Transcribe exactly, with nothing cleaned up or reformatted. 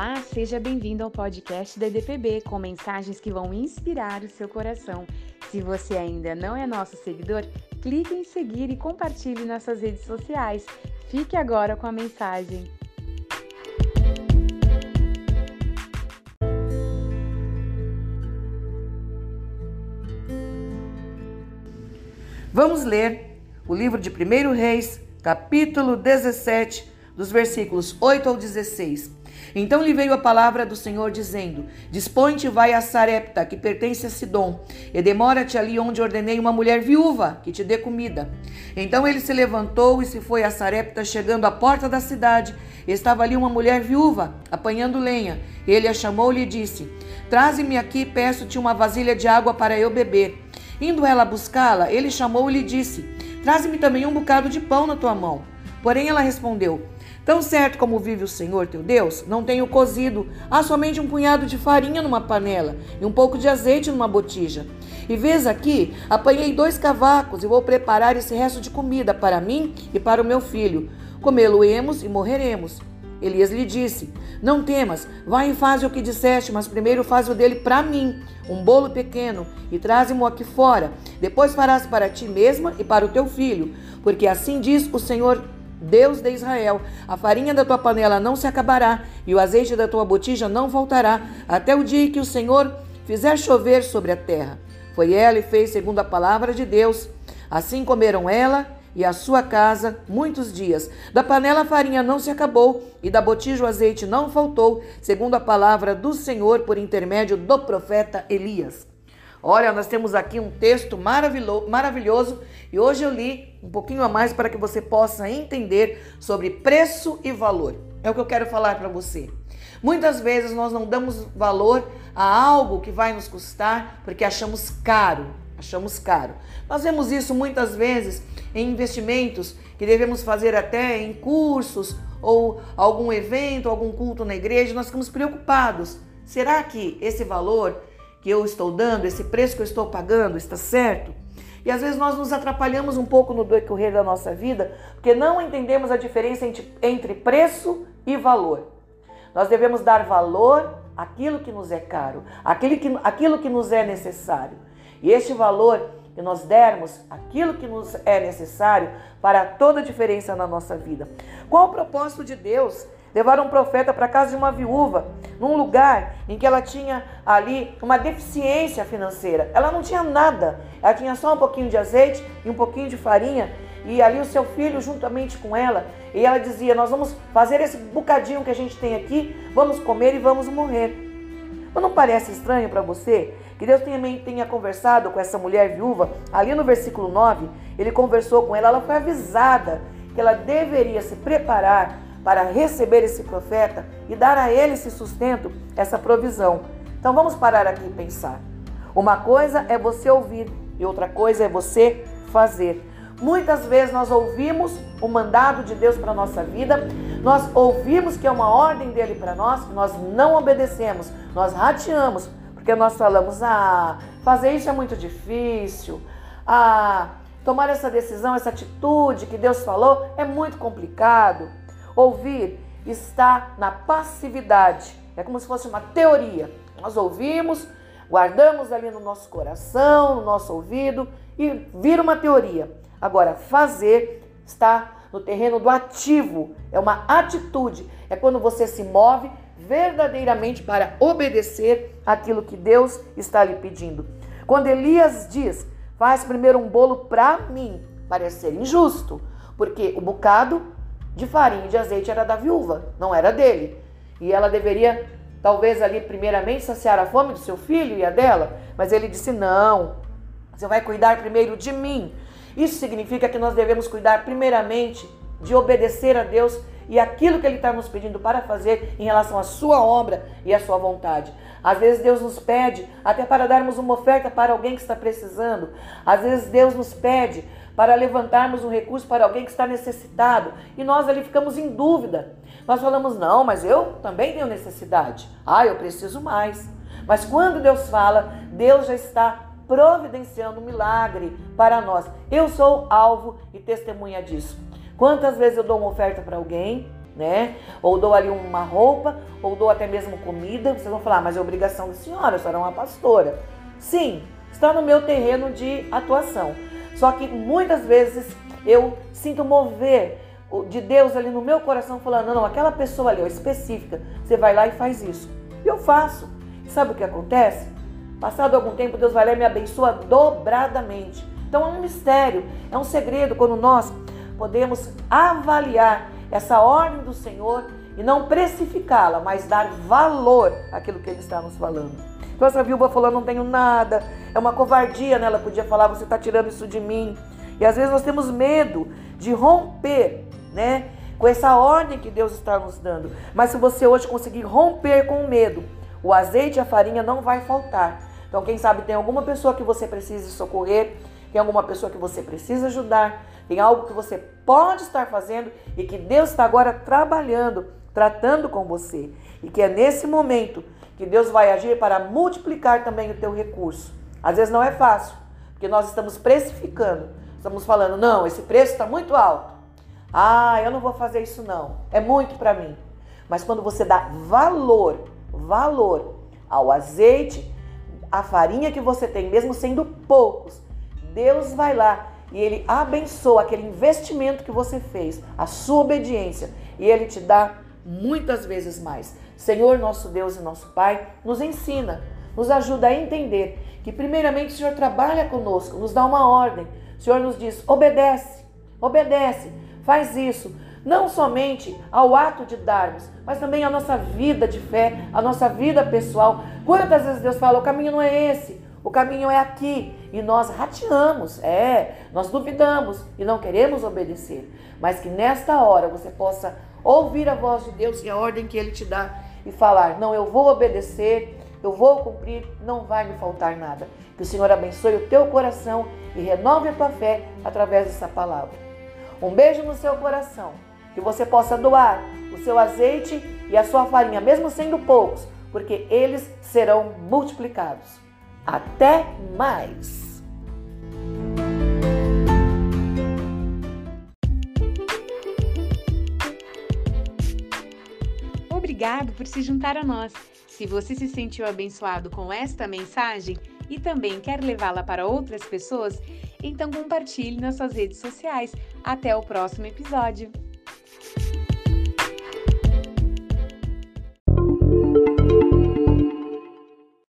Olá, seja bem-vindo ao podcast da E D P B, com mensagens que vão inspirar o seu coração. Se você ainda não é nosso seguidor, clique em seguir e compartilhe nossas redes sociais. Fique agora com a mensagem. Vamos ler o livro de primeiro Reis, capítulo dezessete, dos versículos oito ao dezesseis. Então lhe veio a palavra do Senhor dizendo: Dispõe-te e vai a Sarepta, que pertence a Sidom, e demora-te ali onde ordenei uma mulher viúva, que te dê comida. Então ele se levantou e se foi a Sarepta. Chegando à porta da cidade, estava ali uma mulher viúva, apanhando lenha. Ele a chamou e lhe disse: Traze-me aqui, peço-te uma vasilha de água para eu beber. Indo ela buscá-la, ele chamou e lhe disse: Traze-me também um bocado de pão na tua mão. Porém ela respondeu: Tão certo como vive o Senhor teu Deus, não tenho cozido, há somente um punhado de farinha numa panela e um pouco de azeite numa botija. E vês aqui, apanhei dois cavacos e vou preparar esse resto de comida para mim e para o meu filho. Comê-lo-emos e morreremos. Elias lhe disse: Não temas, vai e faz o que disseste, mas primeiro faz o dele para mim, um bolo pequeno, e traze-mo aqui fora. Depois farás para ti mesma e para o teu filho, porque assim diz o Senhor Deus de Israel: a farinha da tua panela não se acabará e o azeite da tua botija não faltará, até o dia que o Senhor fizer chover sobre a terra. Foi ela e fez segundo a palavra de Deus. Assim comeram ela e a sua casa muitos dias. Da panela a farinha não se acabou e da botija o azeite não faltou, segundo a palavra do Senhor por intermédio do profeta Elias. Olha, nós temos aqui um texto maravilhoso e hoje eu li um pouquinho a mais para que você possa entender sobre preço e valor. É o que eu quero falar para você. Muitas vezes nós não damos valor a algo que vai nos custar porque achamos caro. Achamos caro. Nós vemos isso muitas vezes em investimentos que devemos fazer até em cursos ou algum evento, algum culto na igreja. Nós ficamos preocupados. Será que esse valor que eu estou dando, esse preço que eu estou pagando, está certo? E às vezes nós nos atrapalhamos um pouco no decorrer da nossa vida, porque não entendemos a diferença entre preço e valor. Nós devemos dar valor àquilo que nos é caro, àquilo que, àquilo que nos é necessário. E este valor que nós dermos, aquilo que nos é necessário, fará toda a diferença na nossa vida. Qual o propósito de Deus? Levar um profeta para a casa de uma viúva, num lugar em que ela tinha ali uma deficiência financeira. Ela não tinha nada, ela tinha só um pouquinho de azeite e um pouquinho de farinha, e ali o seu filho juntamente com ela, e ela dizia: nós vamos fazer esse bocadinho que a gente tem aqui, vamos comer e vamos morrer. Mas não parece estranho para você que Deus também tenha conversado com essa mulher viúva? Ali no versículo nove, ele conversou com ela, ela foi avisada que ela deveria se preparar para receber esse profeta e dar a ele esse sustento, essa provisão. Então vamos parar aqui e pensar. Uma coisa é você ouvir e outra coisa é você fazer. Muitas vezes nós ouvimos o mandado de Deus para a nossa vida, nós ouvimos que é uma ordem dele para nós, nós não obedecemos, nós rateamos, porque nós falamos: ah, fazer isso é muito difícil, ah, tomar essa decisão, essa atitude que Deus falou é muito complicado. Ouvir está na passividade, é como se fosse uma teoria. Nós ouvimos, guardamos ali no nosso coração, no nosso ouvido e vira uma teoria. Agora, fazer está no terreno do ativo, é uma atitude, é quando você se move verdadeiramente para obedecer aquilo que Deus está lhe pedindo. Quando Elias diz: faz primeiro um bolo para mim, parece ser injusto, porque o bocado de farinha e de azeite era da viúva, não era dele. E ela deveria, talvez ali, primeiramente, saciar a fome do seu filho e a dela. Mas ele disse: não, você vai cuidar primeiro de mim. Isso significa que nós devemos cuidar primeiramente de obedecer a Deus e aquilo que Ele está nos pedindo para fazer em relação à sua obra e à sua vontade. Às vezes Deus nos pede até para darmos uma oferta para alguém que está precisando. Às vezes Deus nos pede para levantarmos um recurso para alguém que está necessitado. E nós ali ficamos em dúvida. Nós falamos: não, mas eu também tenho necessidade. Ah, eu preciso mais. Mas quando Deus fala, Deus já está providenciando um milagre para nós. Eu sou alvo e testemunha disso. Quantas vezes eu dou uma oferta para alguém né? Ou dou ali uma roupa, ou dou até mesmo comida. Vocês vão falar, mas é obrigação da senhora, a senhora é uma pastora. Sim, está no meu terreno de atuação. Só que muitas vezes eu sinto mover de Deus ali no meu coração, falando, não, não, aquela pessoa ali, ó, específica, você vai lá e faz isso. E eu faço. E sabe o que acontece? Passado algum tempo, Deus vai lá e me abençoa dobradamente. Então é um mistério, é um segredo quando nós podemos avaliar essa ordem do Senhor e não precificá-la, mas dar valor àquilo que Ele está nos falando. Então essa viúva falou, não tenho nada, é uma covardia, né? Ela podia falar, você está tirando isso de mim. E às vezes nós temos medo de romper, né, com essa ordem que Deus está nos dando. Mas se você hoje conseguir romper com o medo, o azeite e a farinha não vai faltar. Então quem sabe tem alguma pessoa que você precisa socorrer, tem alguma pessoa que você precisa ajudar, tem algo que você pode estar fazendo e que Deus está agora trabalhando, tratando com você. E que é nesse momento que Deus vai agir para multiplicar também o teu recurso. Às vezes não é fácil, porque nós estamos precificando. Estamos falando, não, esse preço está muito alto. Ah, eu não vou fazer isso não, é muito para mim. Mas quando você dá valor, valor ao azeite, à farinha que você tem, mesmo sendo poucos, Deus vai lá e Ele abençoa aquele investimento que você fez, a sua obediência, e Ele te dá muitas vezes mais. Senhor, nosso Deus e nosso Pai, nos ensina, nos ajuda a entender que primeiramente o Senhor trabalha conosco, nos dá uma ordem. O Senhor nos diz, obedece, obedece, faz isso, não somente ao ato de darmos, mas também a nossa vida de fé, a nossa vida pessoal. Quantas vezes Deus fala, o caminho não é esse, o caminho é aqui, e nós rateamos, é, nós duvidamos e não queremos obedecer, mas que nesta hora você possa ouvir a voz de Deus e a ordem que Ele te dá e falar, não, eu vou obedecer, eu vou cumprir, não vai me faltar nada. Que o Senhor abençoe o teu coração e renove a tua fé através dessa palavra. Um beijo no seu coração, que você possa doar o seu azeite e a sua farinha, mesmo sendo poucos, porque eles serão multiplicados. Até mais! Obrigado por se juntar a nós. Se você se sentiu abençoado com esta mensagem e também quer levá-la para outras pessoas, então compartilhe nas suas redes sociais. Até o próximo episódio!